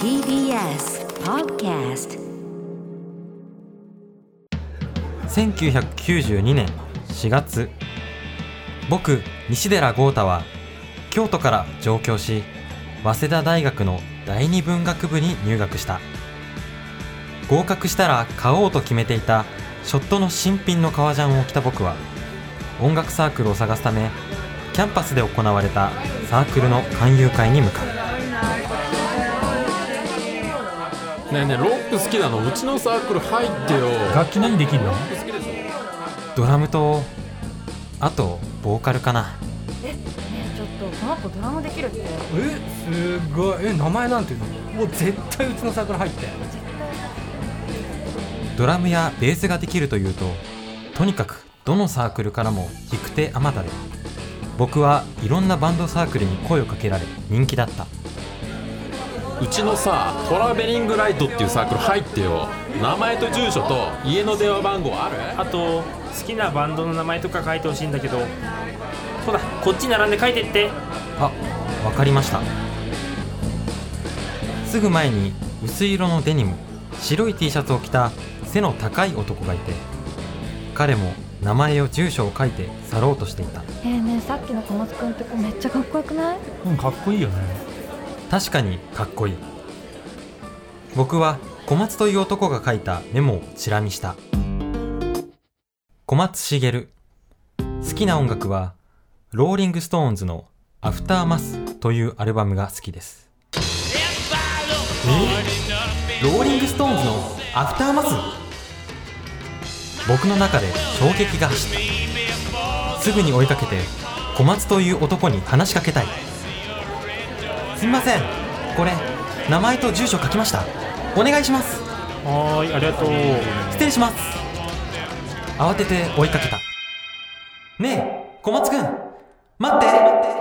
TBS Podcast。 1992年4月、僕西寺豪太は京都から上京し、早稲田大学の第二文学部に入学した。合格したら買おうと決めていたショットの新品の革ジャンを着た僕は、音楽サークルを探すためキャンパスで行われたサークルの勧誘会に向かう。 ねえねえ、ロック好きなの？うちのサークル入ってよ。 楽器何できるの？ ドラムと、あとボーカルかな。 ねえちょっとこの子ドラムできるって。 すごい。名前なんていうの？もう絶対うちのサークル入って。 ドラムやベースができるというと、とにかくどのサークルからも引く手あまたで、僕はいろんなバンドサークルに声をかけられ人気だった。 うちのさ、トラベリングライトっていうサークル入ってよ。名前と住所と家の電話番号ある？ あと好きなバンドの名前とか書いてほしいんだけど。そうだ、こっち並んで書いてって。 あ、わかりました。すぐ前に薄い色のデニム、白い T シャツを着た背の高い男がいて、彼も名前を住所を書いて去ろうとしていた。 ねえさっきの小松くんって子めっちゃかっこよくない？ かっこいいよね。 確かにかっこいい。僕は小松という男が書いたメモをチラ見した。小松茂。好きな音楽はローリングストーンズのアフターマスというアルバムが好きです。ローリングストーンズのアフターマス？僕の中で衝撃が走った。すぐに追いかけて小松という男に話しかけたい。すみません、これ名前と住所書きました。お願いします。 はーい、ありがとう。 失礼します。慌てて追いかけた。ねえ小松くん、待って。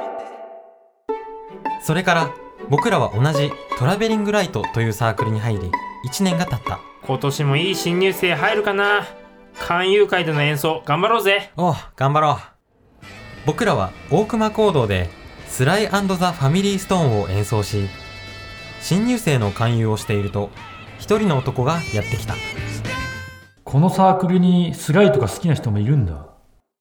それから僕らは同じトラベリングライトというサークルに入り1年が経った。 今年もいい新入生入るかな。勧誘会での演奏頑張ろうぜ。 おう、頑張ろう。僕らは大熊講堂でスライ&ザ・ファミリーストーンを演奏し、新入生の勧誘をしていると一人の男がやってきた。 このサークルにスライとか好きな人もいるんだ。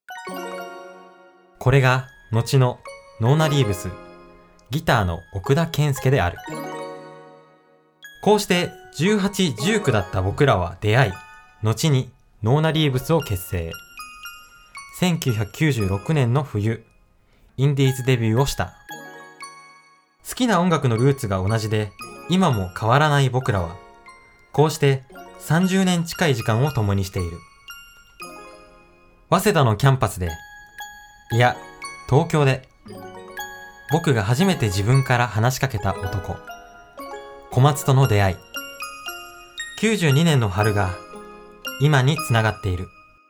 これが後のノーナ・リーブス、ギターの奥田健介である。こうして18、19だった僕らは出会い、後にノーナ・リーブスを結成。1996年の冬、インディーズデビューをした。好きな音楽のルーツが同じで今も変わらない僕らは、こうして30年近い時間を共にしている。早稲田のキャンパスで、いや東京で、僕が初めて自分から話しかけた男、小松との出会い。92年の春が今につながっている。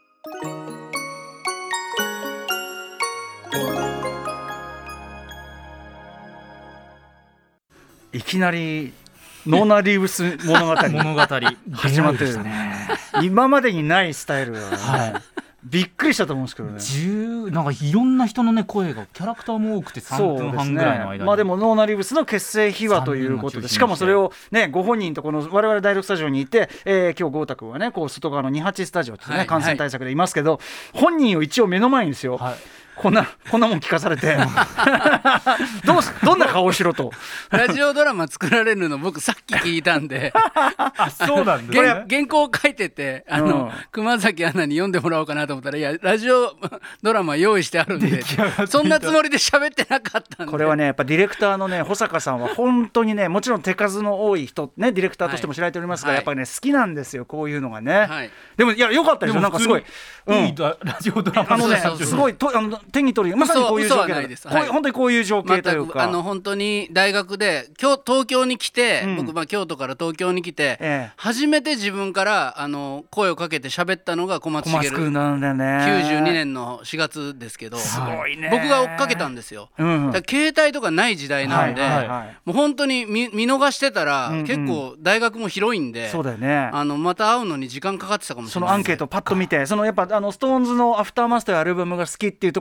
いきなりノーナ・リーブス物語始まってるね。今までにないスタイルが、びっくりしたと思うんですけどね。 なんかいろんな人の、ね、声がキャラクターも多くて3分半ぐらいの間に、 でもノーナ・リーブスの結成秘話ということで、しかもそれを、ね、ご本人とこの我々第6スタジオにいて、今日豪太君はねこう外側の28スタジオって、感染対策でいますけど、本人を一応目の前にですよ、こんなもん聞かされてどんな顔をしろと。 ラジオドラマ作られるの僕さっき聞いたんでそうなんだ、 原稿を書いてて熊崎アナに読んでもらおうかなと思ったら、いやラジオドラマ用意してあるんでそんなつもりで喋ってなかったんで。 これはねやっぱディレクターのね保坂さんは本当にね、もちろん手数の多い人ね、ディレクターとしても知られておりますが、やっぱりね好きなんですよこういうのがね、でもいや良かったですよ。なんかすごいいいラジオドラマすごい手に取る、まさにこういう情景だ。本当にこういう情景というか、 本当に大学で東京に来て、僕京都から東京に来て、初めて自分から声をかけて喋ったのが小松茂君なんだよね。 92年の4月ですけど、 すごいね。 僕が追っかけたんですよ。だから携帯とかない時代なんで、もう本当に見逃してたら、結構大学も広いんで、 そうだよね。 また会うのに時間かかってたかもしれない。 そのアンケートをパッと見て、やっぱストーンズのアフターマスというアルバムが好きっていうところ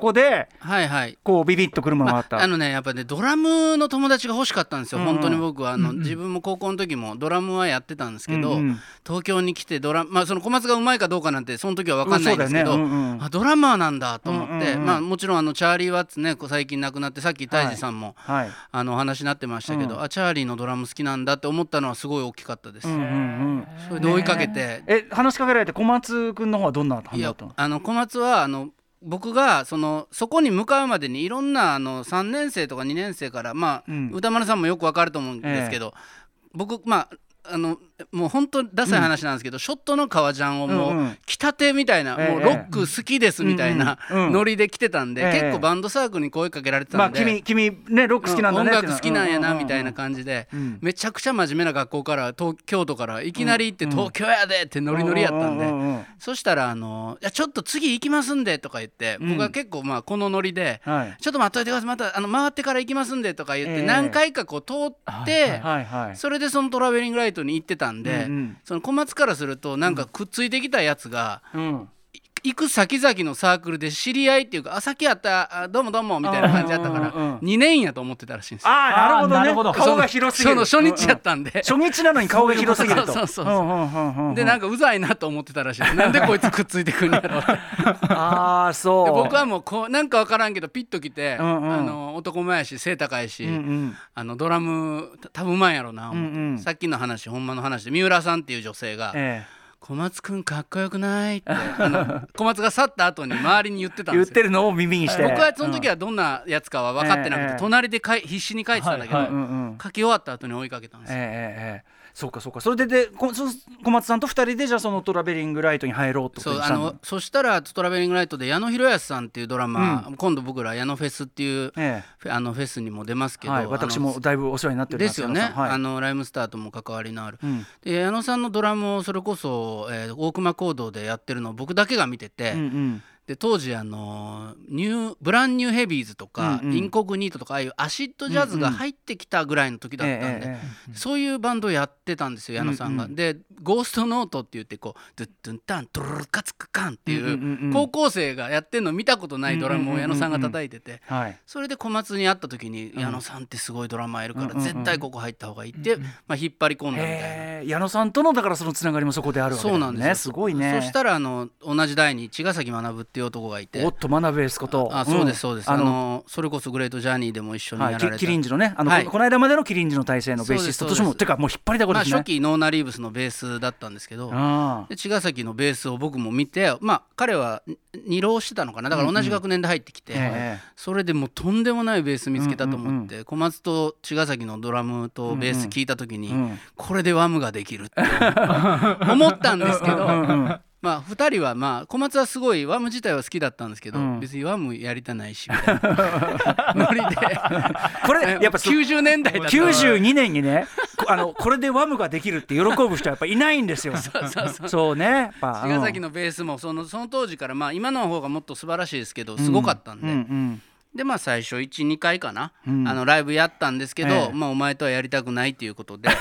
こではいはい、 こうビビッとくるものがあった。 ね、やっぱねドラムの友達が欲しかったんですよ、本当に僕は自分も高校の時もドラムはやってたんですけど、東京に来てその小松がうまいかどうかなんてその時は分かんないんですけど、ドラマーなんだと思って、もちろんチャーリー・ワッツね最近亡くなって、さっき泰治さんも、お話になってましたけど、チャーリーのドラム好きなんだって思ったのはすごい大きかったです。それで追いかけて、 話しかけられて小松君の方はどんな反応だったの？ 小松は僕がそこに向かうまでにいろんな3年生とか2年生から、歌丸さんもよくわかると思うんですけど、僕もう本当ダサい話なんですけど、ショットの革ジャンをもう着たてみたいな、もうロック好きですみたいなノリで着てたんで、結構バンドサークルに声かけられてたんで、 君ねロック好きなんだね、 音楽好きなんやなみたいな感じで、めちゃくちゃ真面目な学校から京都からいきなり行って東京やでってノリノリやったんで、そしたらいやちょっと次行きますんでとか言って、僕は結構このノリで、ちょっと待っといてください、また回ってから行きますんでとか言って何回かこう通って、それでそのトラベリングライトに行ってたんで、その小松からするとなんかくっついてきたやつが、行く先々のサークルで知り合いっていうか、さっきやったどうもどうもみたいな感じだったから、2年やと思ってたらしいんですよ。 なるほどね、顔が広すぎる。 初日やったんで、 初日なのに顔が広すぎると。 でなんかうざいなと思ってたらしいです。なんでこいつくっついてくんやろってそうで僕はもうなんか分からんけどピッと来て、男前やし背高いし、ドラム多分うまいんやろうな思って、さっきの話ほんまの話で三浦さんっていう女性が、小松くんかっこよくないって小松が去った後に周りに言ってたんですよ。 言ってるのを耳にして、 僕はその時はどんなやつかは分かってなくて、隣で必死に書いてたんだけど、書き終わった後に追いかけたんですよ。 そうかそれで小松さんと2人でじゃあそのトラベリングライトに入ろうと。 そしたらトラベリングライトで矢野博康さんっていうドラマー、今度僕ら矢野フェスっていう、フェスにも出ますけど、 私もだいぶお世話になっておりますですよね。ライムスターとも関わりのある、で矢野さんのドラムをそれこそ、大熊講堂でやってるのを僕だけが見てて、で当時ブランニューヘビーズとか、インコグニートとかああいうアシッドジャズが入ってきたぐらいの時だったんで、そういうバンドをやってたんですよ矢野さんが。でゴーストノートって言ってこうドゥッドゥンタントゥルルカツクカンっていう高校生がやってるの見たことないドラムを矢野さんが叩いてて、それで小松に会った時に矢野さんってすごいドラマーいるから絶対ここ入った方がいいって引っ張り込んだみたいな。 矢野さんとのだからそのつながりもそこであるわけですね。そうなんですよ。すごいね。 そしたら同じ代に茅ヶ崎学っていう男がいて、 おっと学ベースこと、 そうですそうです、それこそグレートジャーニーでも一緒にやられた、 キリンジのねこの間までのキリンジの体制のベーシストとしてもてかもう引っ張りだこですね。 初期ノーナリーブスのベースだったんですけど、で茅ヶ崎のベースを僕も見て、彼は2浪してたのかな、だから同じ学年で入ってきて、それでもうとんでもないベース見つけたと思って、小松と茅ヶ崎のドラムとベース聞いた時に、これでワムができるって思ったんですけど2人は小松はすごいワム自体は好きだったんですけど、別にワムやりたないしみたいなノリでこれやっぱ 90年代だった 92年にねこれでワムができるって喜ぶ人はやっぱいないんですよ。そうね。茅ヶ崎のベースもその当時から今の方がもっと素晴らしいですけどすごかったんで、で最初 1,2 回かな、ライブやったんですけど、お前とはやりたくないっていうことで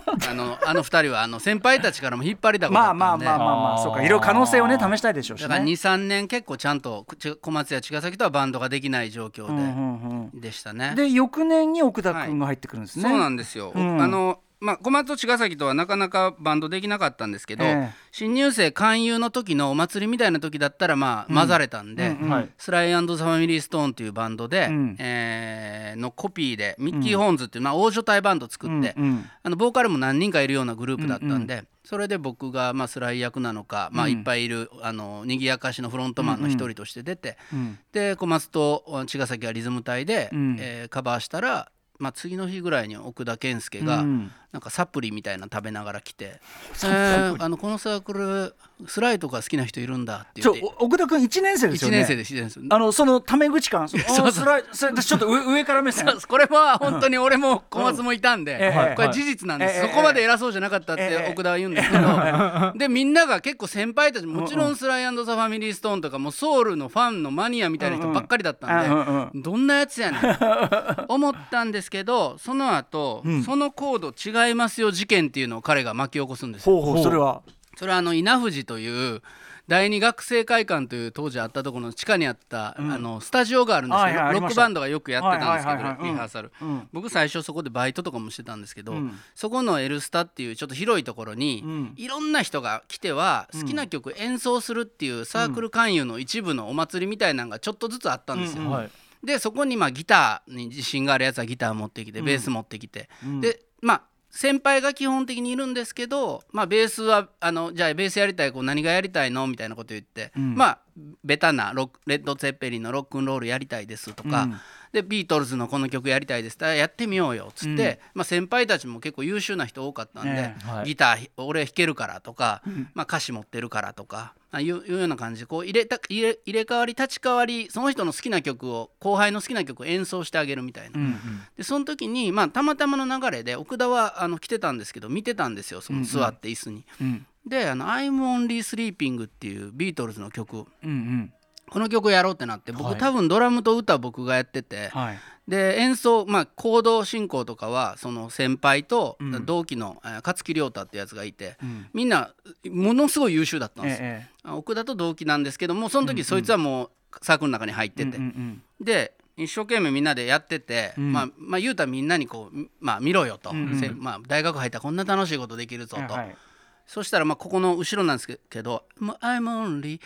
2人は先輩たちからも引っ張りだこだったんで、 そうか、いろいろ可能性をね試したいでしょうしね。 だから 2,3 年結構ちゃんと小松や茅ヶ崎とはバンドができない状況でしたね。 で翌年に奥田君が入ってくるんですね。 そうなんですよ。小松と茅ヶ崎とはなかなかバンドできなかったんですけど、新入生勧誘の時のお祭りみたいな時だったら混ざれたんで、スライ&ザ・ファミリー・ストーンっていうバンドで、のコピーでミッキー・ホーンズっていう大所帯バンド作って、ボーカルも何人かいるようなグループだったんで、それで僕がスライ役なのか、いっぱいいるにぎやかしのフロントマンの一人として出て、で小松と茅ヶ崎がリズム隊で、カバーしたら次の日ぐらいに奥田健介がなんかサプリみたいなの食べながら来て、このサークルスライとか好きな人いるんだって言って。 奥田君1年生ですよね。 1年生です1年生。 そのタメ口感、スライちょっと上から目線これは本当に俺も小松もいたんで、これ事実なんです、そこまで偉そうじゃなかったって奥田は言うんですけど、でみんなが結構先輩たちもちろんスライ&ザ・ファミリー・ストーンとかもソウルのファンのマニアみたいな人ばっかりだったんで、どんなやつやねん思ったんですけど、その後、そのコード違いますよ事件っていうのを彼が巻き起こすんですよ。 それは稲藤という第二学生会館という当時あったところの地下にあった、スタジオがあるんですけど、ロックバンドがよくやってたんですけど、リハーサル、僕最初そこでバイトとかもしてたんですけど、そこのエルスタっていうちょっと広いところに、いろんな人が来ては好きな曲演奏するっていうサークル勧誘の一部のお祭りみたいなのがちょっとずつあったんですよ。でそこにギターに自信があるやつはギター持ってきて、ベース持ってきて、で先輩が基本的にいるんですけど、ベースはじゃあベースやりたい子何がやりたいのみたいなこと言って、ベタなレッド・ツェッペリンのロックンロールやりたいですとか、でビートルズのこの曲やりたいですってやってみようよっつって、先輩たちも結構優秀な人多かったんで、ギター俺弾けるからとか、歌詞持ってるからとかいうような感じでこう入れ替わり立ち替わり、その人の好きな曲を後輩の好きな曲を演奏してあげるみたいな、でその時にたまたまの流れで奥田は来てたんですけど見てたんですよ、その座って椅子に。でI'm Only Sleeping っていうビートルズの曲、この曲やろうってなって、僕多分ドラムと歌僕がやってて、で演奏コード進行とかはその先輩と同期の勝木亮太ってやつがいて、みんなものすごい優秀だったんですよ。奥田と同期なんですけども、その時そいつはもうサークルの中に入ってて、で一生懸命みんなでやってて、言うたらみんなにこう見ろよと、大学入ったらこんな楽しいことできるぞと。そしたらここの後ろなんですけどI'm only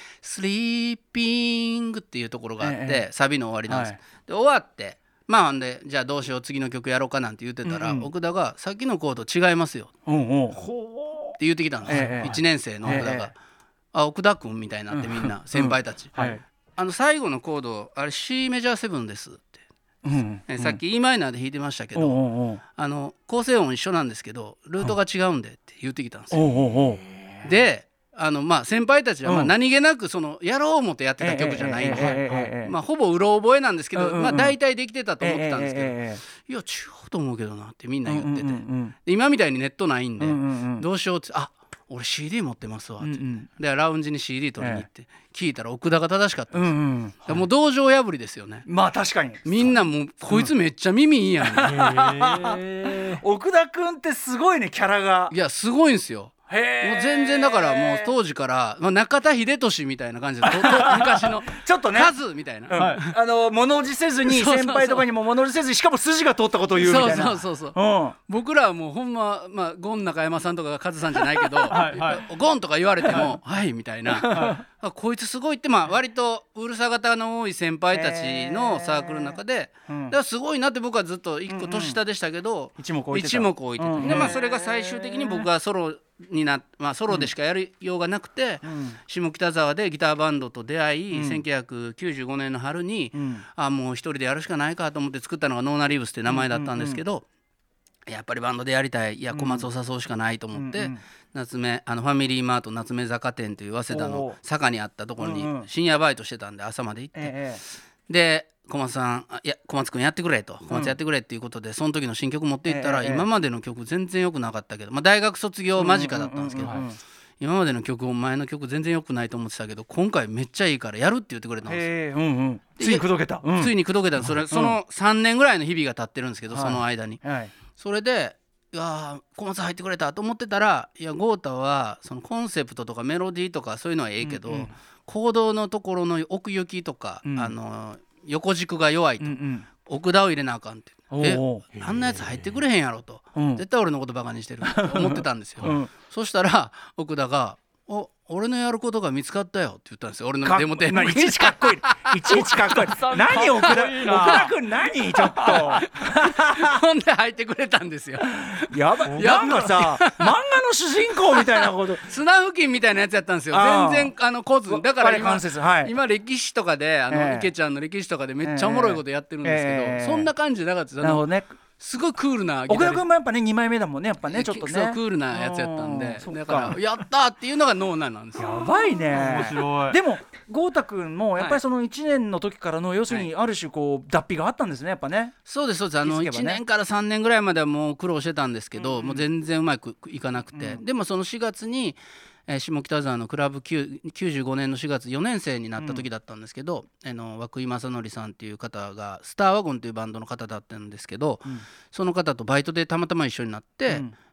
sleeping っていうところがあって、サビの終わりなんです。で終わってでじゃあどうしよう次の曲やろうかなんて言ってたら、奥田がさっきのコード違いますよって言ってきたんですよ、1年生の奥田が。奥田くんみたいになってみんな先輩たち、最後のコードあれ C メジャー7ですってさっき E マイナーで弾いてましたけど、構成音一緒なんですけどルートが違うんでって言ってきたんですよ。で先輩たちは何気なくやろう思ってやってた曲じゃないんで、ほぼうろ覚えなんですけど、大体できてたと思ってたんですけど、いや違うと思うけどなってみんな言ってて、今みたいにネットないんでどうしようって、俺 CD 持ってますわって、でラウンジに CD 取りに行って聞いたら奥田が正しかったんですよ。もう道場破りですよね。 確かにみんなもうこいつめっちゃ耳いいやん奥田くんってすごいね、キャラが。 いやすごいんですよ。もう全然だからもう当時から中田秀俊みたいな感じで昔のちょっとねカズみたいな、 物おじせずに先輩とかにも物おじせずに、しかも筋が通ったことを言うみたいな。僕らはもうほんゴン中山さんとかカズさんじゃないけどゴンとか言われてもはいみたいなこいつすごいって割とうるさ型の多い先輩たちのサークルの中で、だからすごいなって僕はずっと1個年下でしたけど、一目置いてて、でそれが最終的に僕がソロにソロでしかやりようがなくて、下北沢でギターバンドと出会い、1995年の春に、もう一人でやるしかないかと思って作ったのがノーナリーブスって名前だったんですけど、やっぱりバンドでやりたい、いや小松を誘うしかないと思って、夏目ファミリーマート夏目坂店という早稲田の坂にあったところに深夜バイトしてたんで朝まで行って、で小松さん小松くんやってくれと、小松やってくれっていうことでその時の新曲持っていったら、今までの曲全然良くなかったけど、大学卒業間近だったんですけど、今までの曲前の曲全然良くないと思ってたけど今回めっちゃいいからやるって言ってくれたんですよ。 ついに口説けた、 ついに口説けた。その3年ぐらいの日々が経ってるんですけど、その間に、それでいや小松入ってくれたと思ってたら、いや豪太はそのコンセプトとかメロディーとかそういうのはええけど、コードのところの奥行きとか、横軸が弱いと、奥田を入れなあかんって、あんなやつ入ってくれへんやろと、絶対俺のことバカにしてると思ってたんですよ。そしたら奥田が俺のやることが見つかったよって言ったんですよ。俺のデモテープいちいちかっこいいいちいちかっこいい何奥田くん何ちょっとほんで入ってくれたんですよ。 やばい、なんかさ漫画の主人公みたいなこと砂付近みたいなやつやったんですよ。全然来ずだから今歴史とかで池ちゃんの歴史とかでめっちゃおもろいことやってるんですけど、そんな感じじゃなかったです。 なるほどね。 すごいクールな奥田君もやっぱね2枚目だもんね、やっぱねちょっとねそうクールなやつやったんで、だからやったーっていうのがノーナなんですよ。 やばいね。 面白い。 でも豪太君もやっぱりその1年の時からの要するにある種こう脱皮があったんですね、やっぱね。 そうですそうです。1年から3年ぐらいまではもう苦労してたんですけど、もう全然うまくいかなくて、でもその4月に下北沢のクラブ95年の4月4年生になった時だったんですけど、涌井正則さんっていう方がスターワゴンというバンドの方だったんですけど、その方とバイトでたまたま一緒になって、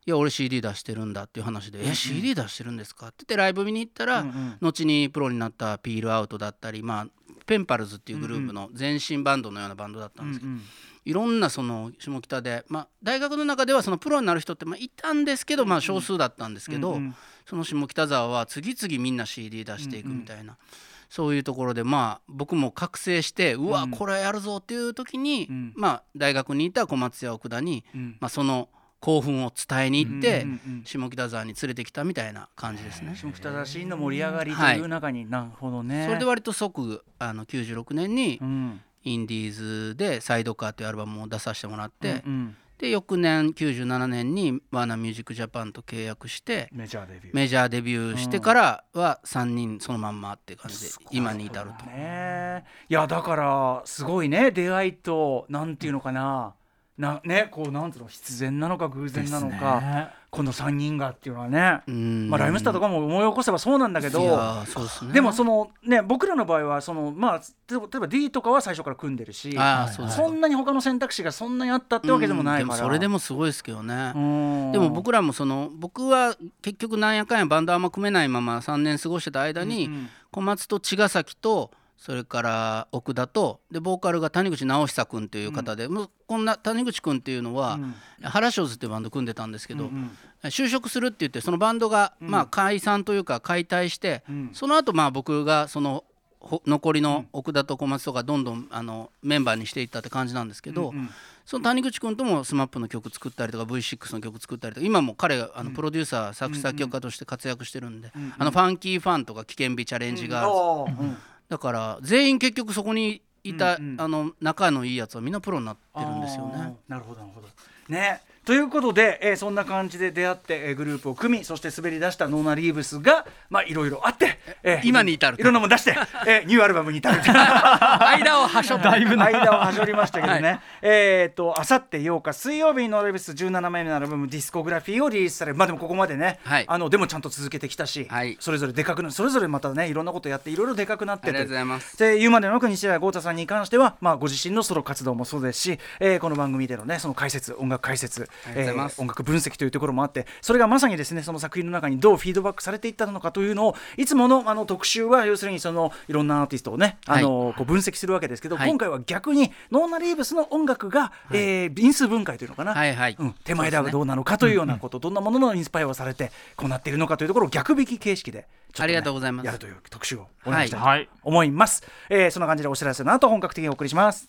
いや俺 CD 出してるんだっていう話で、CD 出してるんですかって言ってライブ見に行ったら、後にプロになったピールアウトだったり、ペンパルズっていうグループの前身バンドのようなバンドだったんですけど、いろんなその下北で、大学の中ではそのプロになる人っていたんですけど、少数だったんですけど、その下北沢は次々みんな CD 出していくみたいな、そういうところで僕も覚醒して、うわこれやるぞっていう時に、大学にいた小松屋奥田に、その興奮を伝えに行って、下北沢に連れてきたみたいな感じですね。 下北沢シーンの盛り上がりという中に、なるほどね。 それで割と即96年にインディーズでサイドカーというアルバムを出させてもらって、で翌年97年にワーナーミュージックジャパンと契約してメジャーデビューしてからは3人そのまんまって感じで今に至ると。 いやだからすごいね、出会いとなんていうのかな、こうなんつうの、必然なのか偶然なのか、この3人がっていうのはね、ライムスターとかも思い起こせばそうなんだけど、 そうですね、 でもそのね、僕らの場合はその例えば D とかは最初から組んでるし、そんなに他の選択肢がそんなにあったってわけでもないから、 でもそれでもすごいですけどね。でも僕らも僕は結局なんやかんやバンドあんま組めないまま3年過ごしてた間に、小松と茅ヶ崎とそれから奥田とでボーカルが谷口直久君という方で、こんな谷口君っていうのは、原ショーズっていうバンド組んでたんですけど、就職するって言ってそのバンドが解散というか解体して、その後僕がその残りの奥田と小松とかどんどんメンバーにしていったって感じなんですけど、その谷口君とも SMAP の曲作ったりとか V6 の曲作ったりとか、今も彼がプロデューサー作詞作曲家として活躍してるんで、ファンキーファンとか危険日チャレンジガールズ、だから全員結局そこにいた、仲のいいやつはみんなプロになってるんですよね。 なるほどね。ということで、そんな感じで出会って、グループを組み、そして滑り出したノーナ・リーブスがいろいろあって、 今に至るいろんなもの出して、ニューアルバムに至る間をはしょった間をはしょりましたけどね、あさって8日水曜日にノーナ・リーブス17枚目のアルバムディスコグラフィーをリリースされる。でもここまでね、でもちゃんと続けてきたし、それぞれでかくなそれぞれまたねいろんなことやっていろいろでかくなってて、 ありがとうございます。 で言うまでもなく西田豪太さんに関しては、ご自身のソロ活動もそうですし、この番組でのねその解説、音楽解説、音楽分析というところもあって、それがまさにですねその作品の中にどうフィードバックされていったのかというのを、いつもの特集は要するにそのいろんなアーティストをねこう分析するわけですけど、今回は逆にノーナ・リーブスの音楽が、因数分解というのかな、手前ではどうなのかというようなこと、どんなもののインスパイアをされてこうなっているのかというところを逆引き形式でちょっと、 ありがとうございます、 やるという特集をお願いしたいと思います。そんな感じでお知らせの後本格的にお送りします。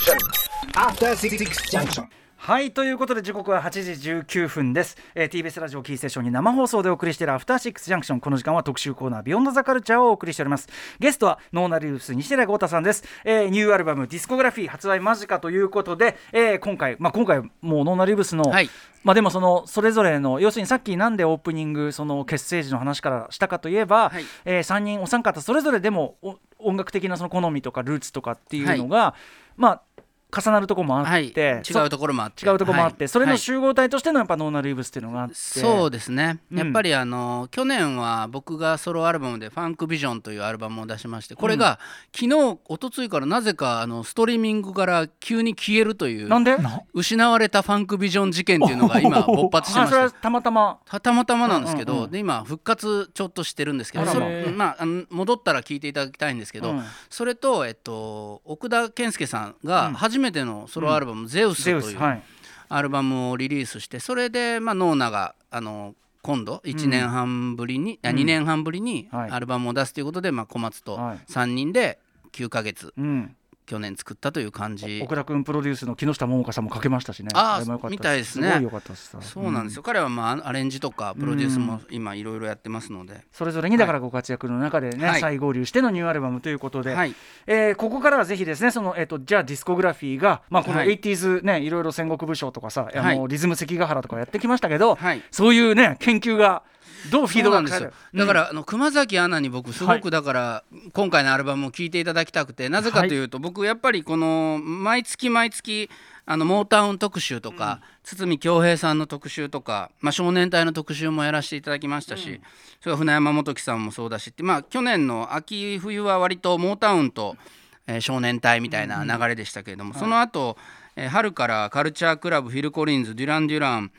はい、ということで時刻は8時19分です。TBS ラジオキーステーションに生放送でお送りしているアフターシックスジャンクション。この時間は特集コーナービヨンドザカルチャーをお送りしております。ゲストはノーナ・リーブス西寺豪太さんです。ニューアルバムディスコグラフィー発売間近ということで、今回もうノーナ・リーブスの、でもそれぞれの要するにさっきなんでオープニングその結成時の話からしたかといえば、3人お三方それぞれでも音楽的なその好みとかルーツとかっていうのが、重なるところもあって、 違うところもあって、 それの集合体としてのやっぱノーナ・リーブスっていうのがあって、 そうですね、やっぱり去年は僕がソロアルバムでファンクビジョンというアルバムを出しまして、これが昨日一昨日からなぜかストリーミングから急に消えるという、 なんで失われたファンクビジョン事件っていうのが今勃発してまして、 それはたまたまなんですけど、で今復活ちょっとしてるんですけど、戻ったら聞いていただきたいんですけど、それと奥田健介さんが初めてのソロアルバム、ゼウスというアルバムをリリースして、それでノーナが今度1年半ぶりに、2年半ぶりにアルバムを出すということで、小松と3人で9ヶ月、去年作ったという感じ。 奥田君プロデュースの木下桃香さんもかけましたしね。 みたいですね。 すごい良かったです。 そうなんですよ、彼はアレンジとかプロデュースも今いろいろやってますので、 それぞれにだからご活躍の中でね、再合流してのニューアルバムということで、ここからはぜひですねじゃあディスコグラフィーが、この 80s ね、いろいろ戦国武将とかさ、リズム関ヶ原とかやってきましたけど、そういうね研究がどうフィードバックされる。 だから熊崎アナに僕すごくだから今回のアルバムを聴いていただきたくて、なぜかというと僕やっぱりこの毎月モータウン特集とか、堤恭平さんの特集とか、少年隊の特集もやらせていただきましたし、それから船山元樹さんもそうだしって、去年の秋冬は割とモータウンと、少年隊みたいな流れでしたけれども、その後、春からカルチャークラブ、フィル・コリンズ、デュラン・デュラン、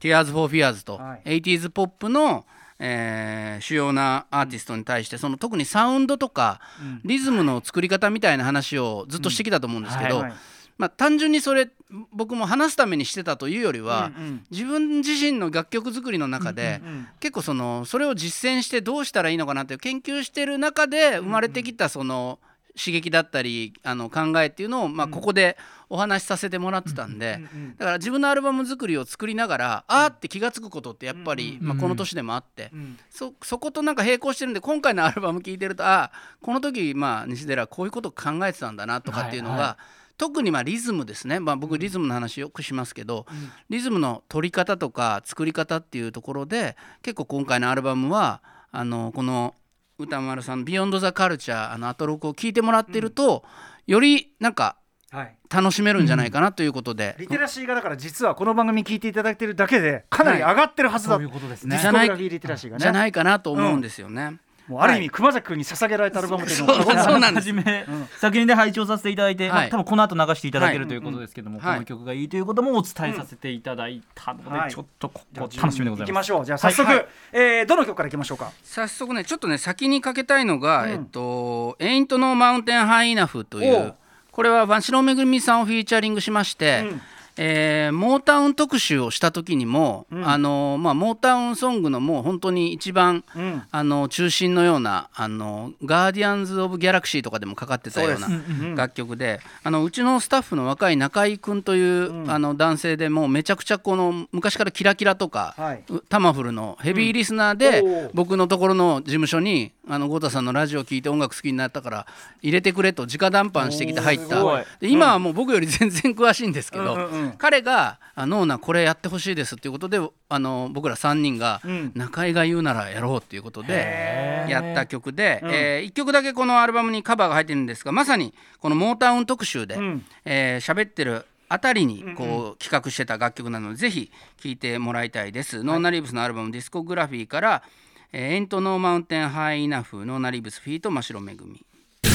Tears for Fears と、 はい、 80s ポップの、主要なアーティストに対してその特にサウンドとか、リズムの作り方みたいな話をずっとしてきたと思うんですけど、単純にそれ僕も話すためにしてたというよりは、自分自身の楽曲作りの中で、結構それを実践してどうしたらいいのかなっていう研究してる中で生まれてきたその刺激だったり考えっていうのを、ここでお話しさせてもらってたんで、だから自分のアルバム作りを作りながらあーって気が付くことってやっぱり、この年でもあって、そことなんか並行してるんで、今回のアルバム聴いてるとこの時西寺はこういうことを考えてたんだなとかっていうのが、特にリズムですね、僕リズムの話よくしますけど、リズムの取り方とか作り方っていうところで結構今回のアルバムはこの歌丸さんのビヨンドザカルチャーアトロクを聞いてもらってると、よりなんか楽しめるんじゃないかなということで、 リテラシーがだから実はこの番組聞いていただいてるだけでかなり上がってるはずだ、 そういうことですね。 ディスコグラフィーリテラシーがねじゃないかなと思うんですよね。 もうある意味、熊崎君に捧げられたアルバムというのそうなんです。 初め、先にで拝聴させていただいて、多分この後流していただけるということですけども、この曲がいいということもお伝えさせていただいたので、ちょっとここ楽しみでございます。 いきましょう。じゃあ早速、どの曲からいきましょうか。 早速ね、ちょっとね先にかけたいのが、Ain't No Mountain High Enough という、これは真城めぐみさんをフィーチャリングしまして、モータウン特集をした時にも、モータウンソングのもう本当に一番、中心のようなガーディアンズ・オブ・ギャラクシーとかでもかかってたような楽曲で、うちのスタッフの若い中井くんという、男性でもうめちゃくちゃこの昔からキラキラとか、タマフルのヘビーリスナーで、僕のところの事務所に豪太さんのラジオを聴いて音楽好きになったから入れてくれと直談判してきて入った。で今はもう僕より全然詳しいんですけど、彼がノーナこれやってほしいですっていうことで僕ら3人が中井が言うならやろうっていうことでやった曲で、1曲だけこのアルバムにカバーが入ってるんですが、まさにこのモータウン特集で喋ってるあたりにこう企画してた楽曲なので、ぜひ聴いてもらいたいです。ノーナリーブスのアルバムディスコグラフィーからAin't No Mountain High Enough ノーナリーブスフィート真城めぐみ。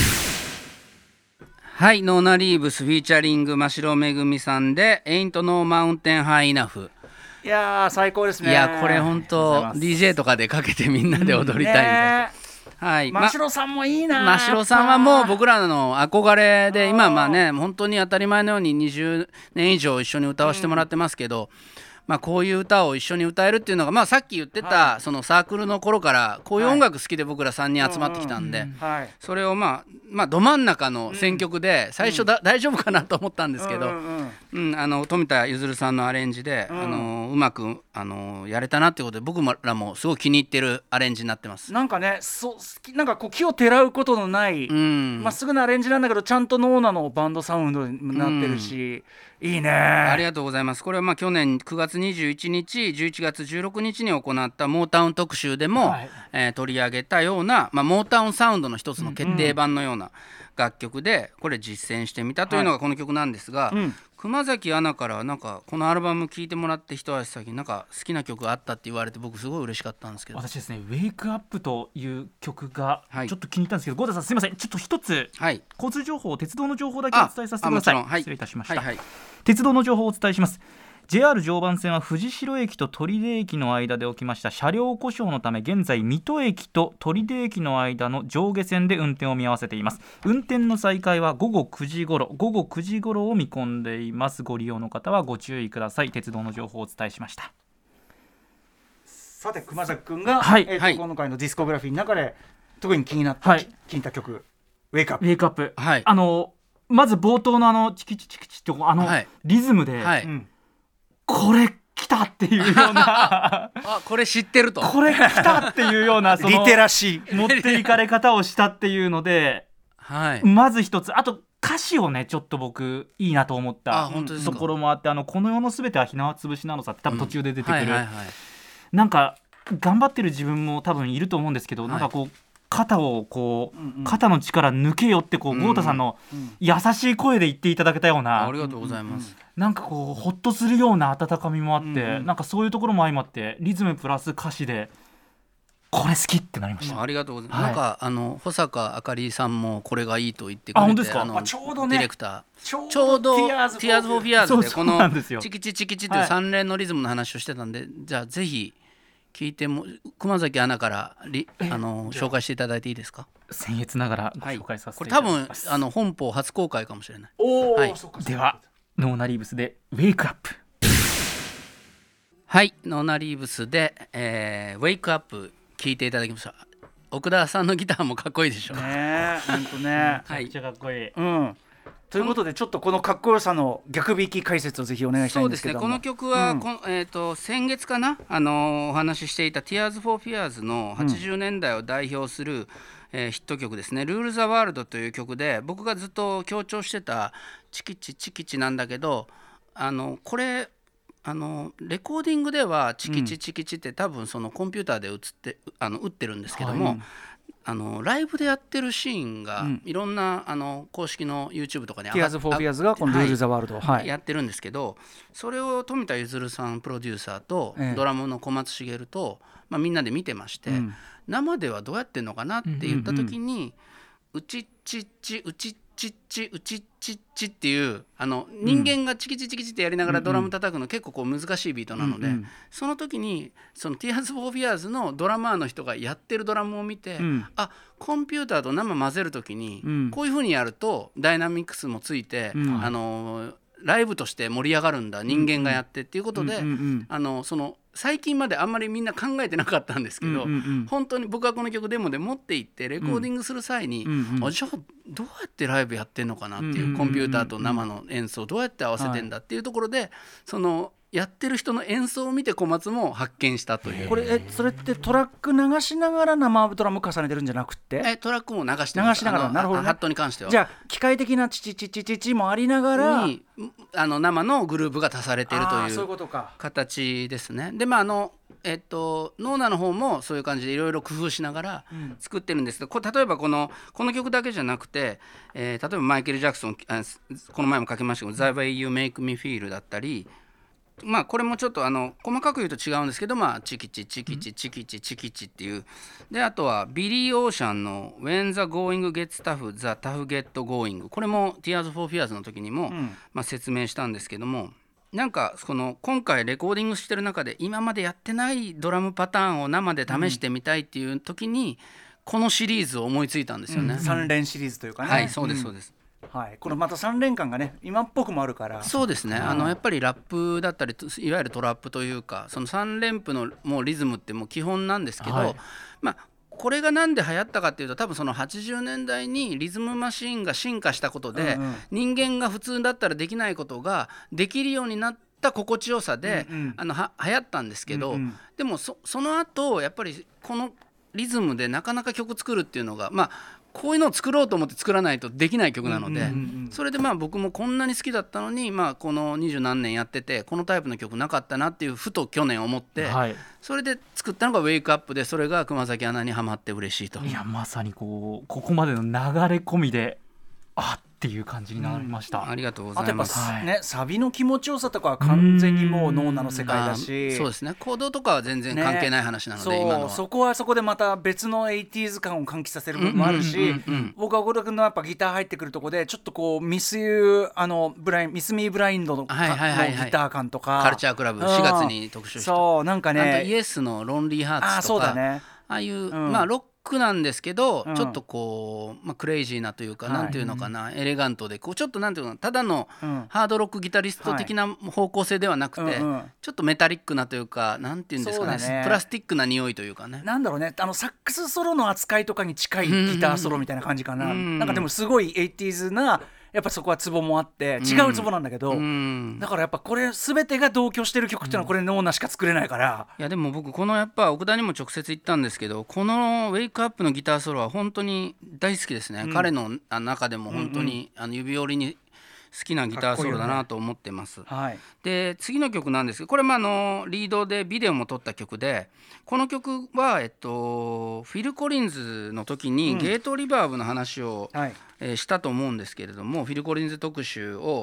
はい、ノーナリーブスフィーチャリング真城めぐみさんで Ain't No Mountain High Enough。 いやー最高ですね。 いやこれ本当 DJ とかでかけてみんなで踊りたいみたいな、はい、 真城さんもいいな。 真城さんはもう僕らの憧れで、今本当に当たり前のように20年以上一緒に歌わせてもらってますけど、こういう歌を一緒に歌えるっていうのが、さっき言ってたそのサークルの頃からこういう音楽好きで僕ら3人集まってきたんで、それをど真ん中の選曲で最初大丈夫かなと思ったんですけど、富田譲さんのアレンジでうまくやれたなっていうことで、僕らもすごい気に入ってるアレンジになってます。 なんかね、なんかこう木をてらうことのないまっすぐなアレンジなんだけど、ちゃんとノーナのバンドサウンドになってるし、いいね。 ありがとうございます。これは去年9月21日11月16日に行ったモータウン特集でも、取り上げたような、モータウンサウンドの一つの決定版のような楽曲で、これ実践してみたというのがこの曲なんですが、熊崎アナからなんかこのアルバム聴いてもらって一足先なんか好きな曲があったって言われて、僕すごい嬉しかったんですけど。 私ですね、ウェイクアップという曲がちょっと気に入ったんですけど、豪太さんすいません、ちょっと一つ、交通情報、鉄道の情報だけお伝えさせてください。失礼いたしました。鉄道の情報をお伝えします。 JR 常磐線は藤代駅と取手駅の間で起きました車両故障のため、現在水戸駅と取手駅の間の上下線で運転を見合わせています。運転の再開は午後9時頃を見込んでいます。ご利用の方はご注意ください。鉄道の情報をお伝えしました。 さて熊崎君が、今回のディスコグラフィーの中で特に気になった、気に入った曲、ウェイクアップ。まず冒頭のチキチチキチってリズムで、これ来たっていうようなこれ知ってると、 これ来たっていうようなリテラシー持っていかれ方をしたっていうので、まず一つ、あと歌詞をねちょっと僕いいなと思ったところもあって、この世のすべては火縄つぶしなのさって多分途中で出てくる、なんか頑張ってる自分も多分いると思うんですけど、なんかこう肩の力抜けよって豪太さんの優しい声で言っていただけたような、 ありがとうございます。 なんかこうホッとするような温かみもあって、なんかそういうところも相まってリズムプラス歌詞でこれ好きってなりました。 ありがとうございます。なんか保坂あかりさんもこれがいいと言ってくれて、 本当ですか。 ちょうどね、 ディレクターちょうど Tears for Fears でこのチキチチキチっていう3連のリズムの話をしてたんで、じゃあぜひ聞いても熊崎アナから紹介していただいていいですか。 僭越ながらご紹介させていただきます。 これ多分本邦初公開かもしれない。 ではノーナリーブスでウェイクアップ。 はい、ノーナリーブスで、ウェイクアップ聞いていただきました。奥田さんのギターもかっこいいでしょね。本当ね。 めっちゃかっこいい。 ということでちょっとこのかっこよさの逆引き解説をぜひお願いしたいんですけども。 そうですね、この曲は、先月かな、お話ししていた Tears for Fears の80年代を代表する、ヒット曲ですね。ルール・ザ・ワールドという曲で僕がずっと強調してたチキチチキチなんだけど、これレコーディングではチキチチキチって多分そのコンピューターで打ってるんですけども、ライブでやってるシーンがいろんな公式の YouTube とかに Tears for Fears がこのルール・ザ・ワールドをやってるんですけど、それを富田譲さんプロデューサーとドラムの小松茂とみんなで見てまして、生ではどうやってんのかなって言った時にうちっちっちうちっちっちうちっちっちっていう人間がチキチチキチってやりながらドラム叩くの結構こう難しいビートなので、その時にその Tears for Fears のドラマーの人がやってるドラムを見て、あ、コンピューターと生混ぜる時にこういう風にやるとダイナミックスもついて、ライブとして盛り上がるんだ、人間がやってっていうことで、その最近まであんまりみんな考えてなかったんですけど、本当に僕はこの曲デモで持って行ってレコーディングする際に、じゃあどうやってライブやってんのかなっていう、コンピューターと生の演奏どうやって合わせてんだっていうところで、そのやってる人の演奏を見て小松も発見したという。 これそれってトラック流しながら生ドラム重ねてるんじゃなくて、 トラックも流してます。 流しながら、なるほどね。 ハットに関してはじゃあ機械的なチチチチチチもありながらに生のグルーブが足されているという形ですね。でノーナの方もそういう感じでいろいろ工夫しながら作ってるんですけど、例えばこの曲だけじゃなくて、例えばマイケル・ジャクソンこの前もかけましたけど The Way You Make Me Feel だったり、これもちょっと細かく言うと違うんですけど、チキチチキチチキチチキチっていうで、あとはビリー・オーシャンの When the Going Gets Tough The Tough Get Going、 これも Tears for Fears の時にも、説明したんですけども、なんか今回レコーディングしてる中で今までやってないドラムパターンを生で試してみたいっていう時に、このシリーズを思いついたんですよね。 3連シリーズというかね。 はい、そうですそうです。 このまた3連感がね今っぽくもあるから。 そうですね、やっぱりラップだったりいわゆるトラップというか、その3連符のもうリズムってもう基本なんですけど、これがなんで流行ったかっていうと、多分その80年代にリズムマシーンが進化したことで、人間が普通だったらできないことができるようになった心地よさで、流行ったんですけど、でもその後やっぱりこのリズムでなかなか曲作るっていうのがこういうのを作ろうと思って作らないとできない曲なので、それで僕もこんなに好きだったのに、この20何年やっててこのタイプの曲なかったなっていうふと去年思って、それで作ったのがウェイクアップで、それが熊崎アナにハマって嬉しいと。 いやまさにここまでの流れ込みでっていう感じになりました。 ありがとうございます。 あとやっぱサビの気持ちよさとかは完全にもうノーナの世界だし、 そうですね、コードとかは全然関係ない話なので、今のはそこはそこでまた別の 80s 感を喚起させる部分もあるし、僕は小田君のやっぱギター入ってくるとこでちょっとこうミスミーブラインドのギター感とか、 カルチャークラブ4月に特集した、 そうなんかね、 イエスのロンリーハーツとか、ああいうロックなんですけど、ちょっとこう、クレイジーなというか、なんていうのかな、エレガントでこうちょっとなんていうの、ただのハードロックギタリスト的な方向性ではなくて、ちょっとメタリックなというか、なんていうんですかね、プラスティックな匂いというかね、 なんだろうね、サックスソロの扱いとかに近いギターソロみたいな感じかな。なんかでもすごい 80s なやっぱそこはツボもあって違うツボなんだけど、だからやっぱこれ全てが同居してる曲っていうのはこれノーナしか作れないから、 いやでも僕このやっぱ奥田にも直接言ったんですけど、このウェイクアップのギターソロは本当に大好きですね、彼の中でも本当に指折りに好きなギターソロだなと思ってます。で次の曲なんですけど、これもリードでビデオも撮った曲で、この曲はフィル・コリンズの時にゲートリバーブの話をしたと思うんですけれども、フィル・コリンズ特集を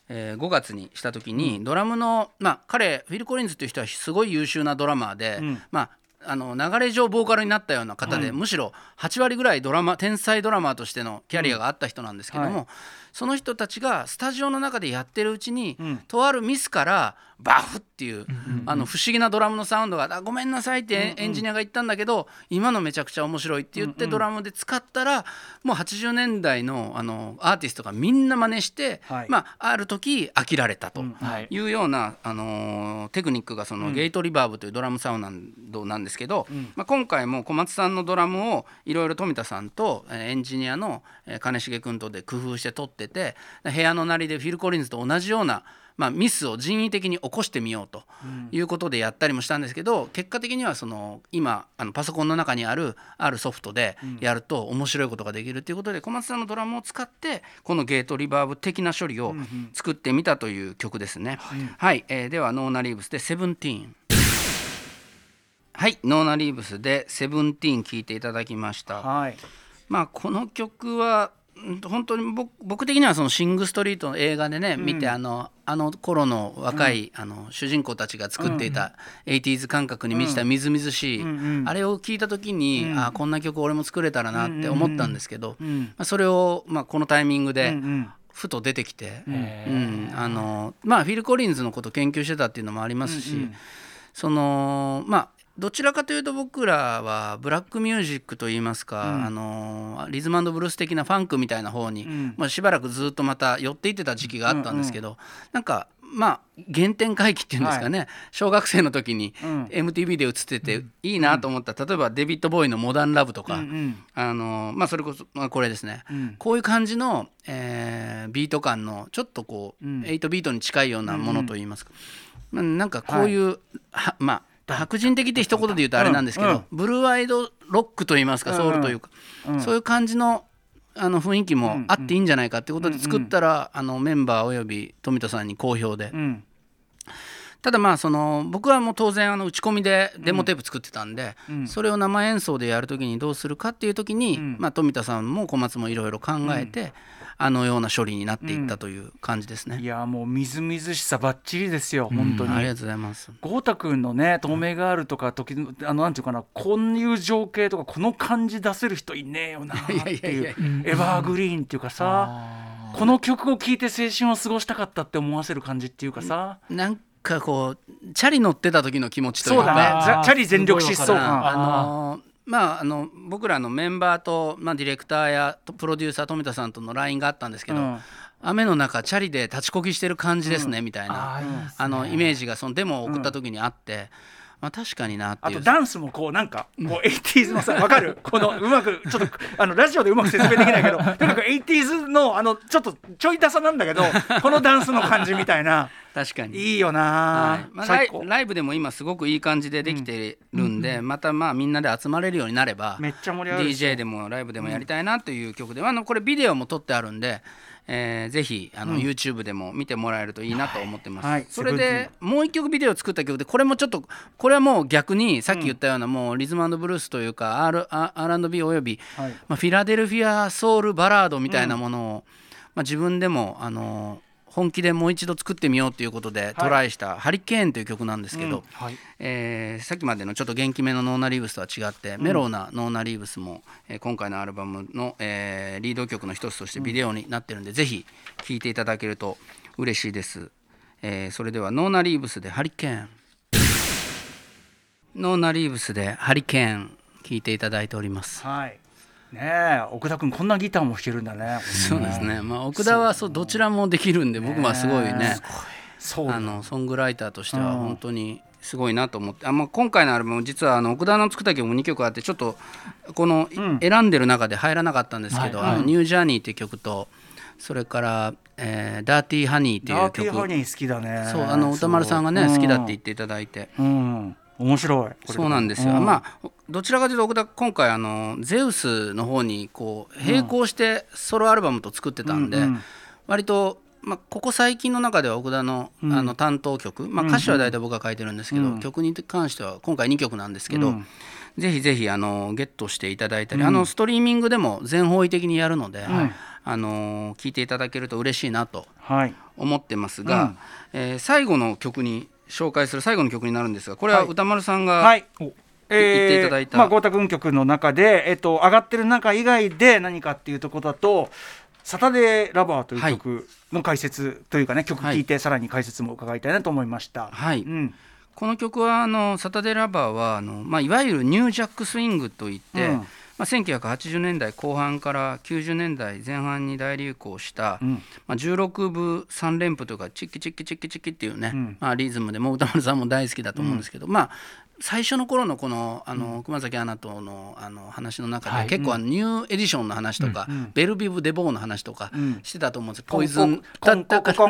5月にした時に、ドラムの彼フィル・コリンズという人はすごい優秀なドラマーで、 流れ上ボーカルになったような方で、むしろ8割ぐらい天才ドラマーとしてのキャリアがあった人なんですけども、その人たちがスタジオの中でやってるうちに、とあるミスからバフっていう、不思議なドラムのサウンドがごめんなさいってエンジニアが言ったんだけど、今のめちゃくちゃ面白いって言ってドラムで使ったら、もう80年代のアーティストがみんな真似して、ある時飽きられたというような、テクニックがそのゲートリバーブというドラムサウンドなんですけど、今回も小松さんのドラムをいろいろ富田さんとエンジニアの金重君とで工夫して撮ってて、部屋の鳴りでフィル・コリンズと同じようなミスを人為的に起こしてみようということでやったりもしたんですけど、結果的にはその今パソコンの中にあるソフトでやると面白いことができるということで、小松さんのドラムを使ってこのゲートリバーブ的な処理を作ってみたという曲ですね。はい、ではノーナリーブスでセブンティーン。はい、ノーナリーブスでセブンティーン聴いていただきました。この曲は本当に僕的にはそのシング・ストリートの映画でね、見てあの頃の若い、主人公たちが作っていた 80s 感覚に満ちたみずみずしい、あれを聞いた時に、こんな曲俺も作れたらなって思ったんですけど、それを、このタイミングでふと出てきて、フィル・コリンズのことを研究してたっていうのもありますし、そのどちらかというと僕らはブラックミュージックといいますか、リズム&ブルース的なファンクみたいな方に、しばらくずっとまた寄っていってた時期があったんですけど、なんか原点回帰っていうんですかね、小学生の時に MTV で映ってていいなと思った、例えばデビッド・ボーイのモダンラブとか、それこそ、これですね、こういう感じの、ビート感のちょっとこう、8ビートに近いようなものといいますか、なんかこういう、白人的って一言で言うとあれなんですけど、ブルーアイドロックといいますか、ソウルというか、そういう感じの雰囲気もあっていいんじゃないかっていうことで作ったら、メンバーおよび富田さんに好評で、ただその僕はもう当然打ち込みでデモテープ作ってたんで、それを生演奏でやるときにどうするかっていうときに、富田さんも小松もいろいろ考えて、ような処理になっていったという感じですね。 いやもうみずみずしさばっちりですよ、本当に。 ありがとうございます。 豪太くんのね、透明ガールとかなんていうかな、こういう情景とかこの感じ出せる人いねえよなっていうエバーグリーンっていうかさ、この曲を聴いて青春を過ごしたかったって思わせる感じっていうかさ、 なんかこうチャリ乗ってた時の気持ちというか、 そうだね、チャリ全力疾走感。 僕らのメンバーと、ディレクターやプロデューサー富田さんとの LINE があったんですけど、雨の中チャリで立ちこぎしてる感じですね、みたいなイメージがそのデモを送った時にあって、確かになっていう。 あとダンスもこうなんかこう 80s のさ、分かるこのうまくちょっとラジオでうまく説明できないけど、とにかく 80s のちょっとちょいダサなんだけど、このダンスの感じみたいな。 確かにいいよな、 ライブでも今すごくいい感じでできてるんで、またみんなで集まれるようになればめっちゃ盛り上がる DJ でもライブでもやりたいなという曲で、これビデオも撮ってあるんで、ぜひYouTube でも見てもらえるといいなと思ってます、それでもう一曲ビデオ作った曲で、これはもう逆にさっき言ったような、もうリズム&ブルースというか R&B および、フィラデルフィアソウルバラードみたいなものを、自分でも本気でもう一度作ってみようということでトライしたハリケーンという曲なんですけど、さっきまでのちょっと元気めのノーナリーブスとは違ってメローなノーナリーブスも、今回のアルバムの、リード曲の一つとしてビデオになってるんで、ぜひ聴いていただけると嬉しいです、それではノーナリーブスでハリケーン。ノーナリーブスでハリケーン聴いていただいております。 ねえ、奥田君こんなギターも弾けるんだね。 そうですね、奥田はどちらもできるんで、僕はすごいね、ソングライターとしては本当にすごいなと思って、今回のアルバム実は奥田の作った曲も2曲あって、ちょっとこの選んでる中で入らなかったんですけど、ニュージャーニーっていう曲と、それからダーティーハニーっていう曲。 ダーティーハニー好きだね。 そう、歌丸さんがね好きだって言っていただいて、 面白い。 そうなんですよ、どちらかというと奥田今回ゼウスの方にこう並行してソロアルバムと作ってたんで、割と、ここ最近の中では奥田の、担当曲、歌詞は大体僕が書いてるんですけど、曲に関しては今回2曲なんですけど、ぜひぜひゲットしていただいたり、ストリーミングでも全方位的にやるので、聞いていただけると嬉しいなと思ってますが、最後の曲に紹介する最後の曲になるんですが、これは歌丸さんが言っていただいた、 豪太君曲の中で、上がってる中以外で何かっていうところだとサタデーラバーという曲の解説というかね、曲聴いてさらに解説も伺いたいなと思いました。 はい、この曲はサタデーラバーはいわゆるニュージャックスイングといって、1980年代後半から90年代前半に大流行した、16分3連符というかチッキチッキチッキチッキっていうね、リズムでもう歌丸さんも大好きだと思うんですけど、最初の頃のこの熊崎アナとの話の中で結構ニューエディションの話とか、ベルビブ・デ・ボーの話とかしてたと思うんです。ポイズンノ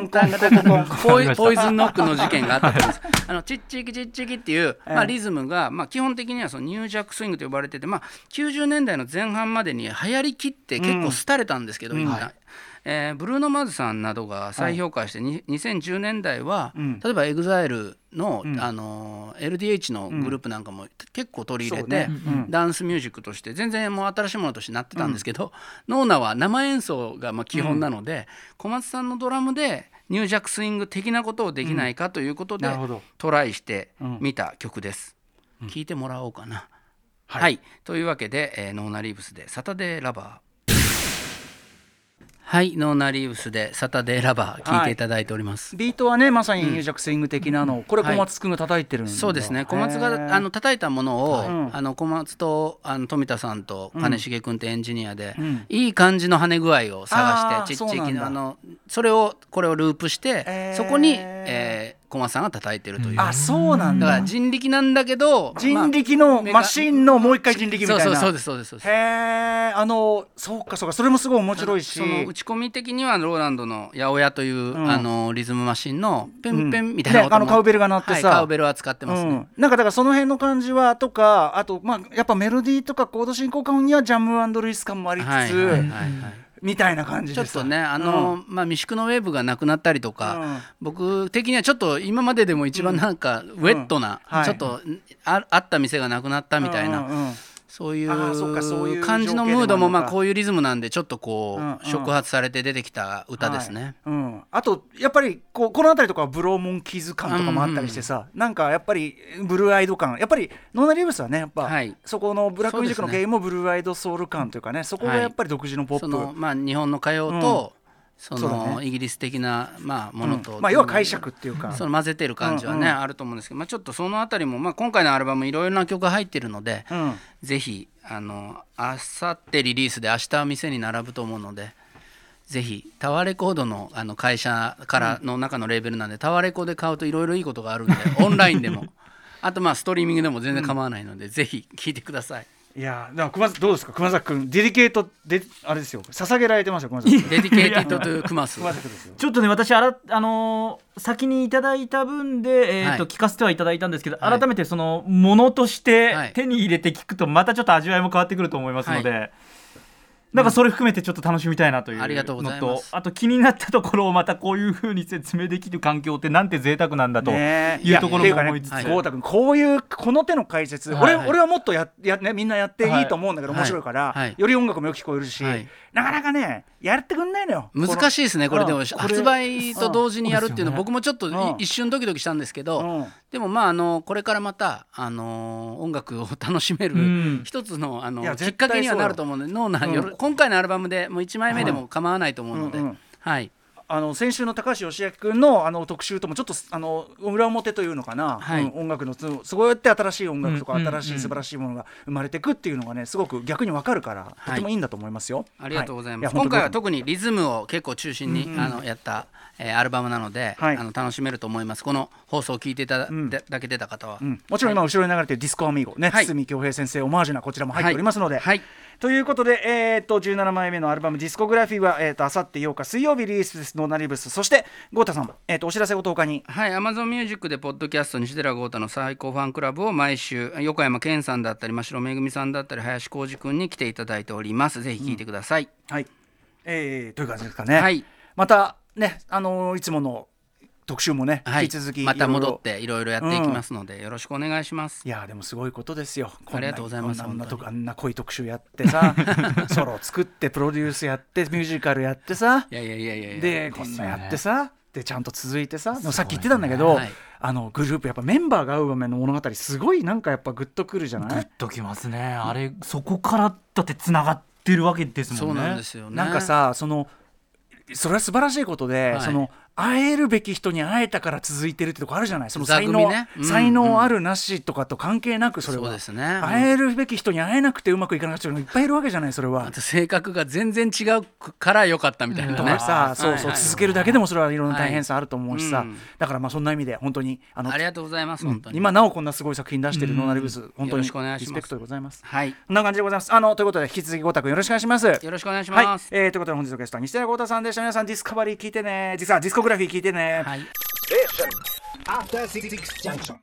ックの事件があったと思うんです。チッチキチッチキっていう、リズムが、基本的にはそのニュージャックスイングと呼ばれてて、90年代の前半までに流行りきって結構廃れたんですけど、みんな。ブルーノ・マーズさんなどが再評価して、2010年代は、例えば EXILE の、LDH のグループなんかも結構取り入れて、ダンスミュージックとして全然もう新しいものとしてなってたんですけど、ノーナは生演奏が基本なので、小松さんのドラムでニュージャックスイング的なことをできないかということで、トライしてみた曲です。聴いてもらおうかな。はい、というわけで、ノーナ・リーブスでサタデーラバー。はい、ノーナ・リーブスでサタデーラバー聴いていただいております。 ビートはねまさにニュージャックスイング的なの、これ小松くんが叩いてるんだ。 そうですね、小松が叩いたものを、小松と富田さんと金重くんってエンジニアで、いい感じの跳ね具合を探して、ちっちゃいこれをループして、そこに、小松さんが叩いてるという。 そうなんだ。 だから人力なんだけど、 人力のマシンのもう一回人力みたいな。 そうです。 へえ、そうかそれもすごい面白いし、 その打ち込み的にはローランドの八百屋という、リズムマシンのペンペンみたいな音も、 カウベルが鳴ってさ、 カウベルは使ってますね。 なんかだからその辺の感じはとか、あとやっぱメロディーとかコード進行感にはジャム&ルイス感もありつつ、みたいな感じです。 ちょっとね未宿のウェーブがなくなったりとか、僕的にはちょっと今まででも一番なんかウェットな、ちょっとあった店がなくなったみたいな、そういう感じのムードもこういうリズムなんでちょっとこう触発されて出てきた歌ですね。 あとやっぱりこの辺りとかはブローモンキーズ感とかもあったりしてさ、なんかやっぱりブルーアイド感、やっぱりノーナ・リーブスはねやっぱそこのブラックミュージックの経緯もブルーアイドソウル感というかね、そこがやっぱり独自のポップ、 日本の歌謡とイギリス的なものと、 要は解釈っていうか混ぜてる感じはねあると思うんですけど、ちょっとそのあたりも今回のアルバムいろいろな曲が入ってるので、ぜひあさってリリースで明日店に並ぶと思うので、ぜひタワーレコードの会社からの中のレーベルなんで、タワーレコで買うといろいろいいことがあるんでオンラインでもあとストリーミングでも全然構わないので、ぜひ聴いてください。 いやどうですか熊崎君、デディケートであれですよ、捧げられてますよ熊崎君。 デディケートというクマスちょっとね私先にいただいた分で、聞かせてはいただいたんですけど、改めてそのものとして手に入れて聞くとまたちょっと味わいも変わってくると思いますので、なんかそれ含めてちょっと楽しみたいなというのと、あと気になったところをまたこういう風に説明できる環境ってなんて贅沢なんだというところも思いつつ、 豪太君こういうこの手の解説、俺はもっとみんなやっていいと思うんだけど、面白いから、より音楽もよく聞こえるし、なかなかねやってくんないのよ。 難しいですねこれ。でも発売と同時にやるっていうのは僕もちょっと一瞬ドキドキしたんですけど、でもこれからまた音楽を楽しめる一つのきっかけにはなると思うので、今回のアルバムでもう1枚目でも構わないと思うので、 先週の高橋義明君の特集ともちょっと裏表というのかな、音楽のそうやって新しい音楽とか新しい素晴らしいものが生まれていくっていうのがねすごく逆に分かるからとてもいいんだと思いますよ。 ありがとうございます。今回は特にリズムを結構中心にやったアルバムなので、楽しめると思います。この放送を聞いていただけてた方は、 もちろん今後ろに流れているディスコアミーゴね、堤恭平先生オマージュなこちらも入っておりますので、ということで、17枚目のアルバムディスコグラフィーはあさって8日水曜日リリースです。ノーナ・リーブス、そして豪太さん、お知らせご10日に Amazon ミュージックでポッドキャスト西寺豪太の最高ファンクラブを毎週横山健さんだったり真城めぐみさんだったり林浩二君に来ていただいております。ぜひ聞いてください。 という感じですかね。またねいつもの特集もね、引き続きまた戻っていろいろやっていきますので、よろしくお願いします。 いやでもすごいことですよ。 ありがとうございます。 あんな濃い特集やってさソロ作ってプロデュースやってミュージカルやってさ、でこんなやってさでちゃんと続いてさ、さっき言ってたんだけど、 グループやっぱメンバーが会う場面の物語すごいなんかやっぱグッとくるじゃない。 グッときますね。あれそこからだってつながってるわけですもんね。 そうなんですよね。 なんかさそれは素晴らしいことで、会えるべき人に会えたから続いてるってとこあるじゃない。その才能あるなしとかと関係なく、それはそうですね、会えるべき人に会えなくてうまくいかなくてる人がいっぱいいるわけじゃない。それはあと性格が全然違うから良かったみたいなね、 とかさ、そう続けるだけでもそれはいろんな大変さあると思うしさ、だからそんな意味で本当にありがとうございます。本当に今なおこんなすごい作品出してるノーナリブス、本当にリスペクトでございます。はい、こんな感じでございます。ということで引き続きゴータ君よろしくお願いします。 よろしくお願いします。 ということで本日のゲストは西寺豪太さんでした。皆さんディスカバリー聞いてね、実はディスコグラフィー聞いてね。はい。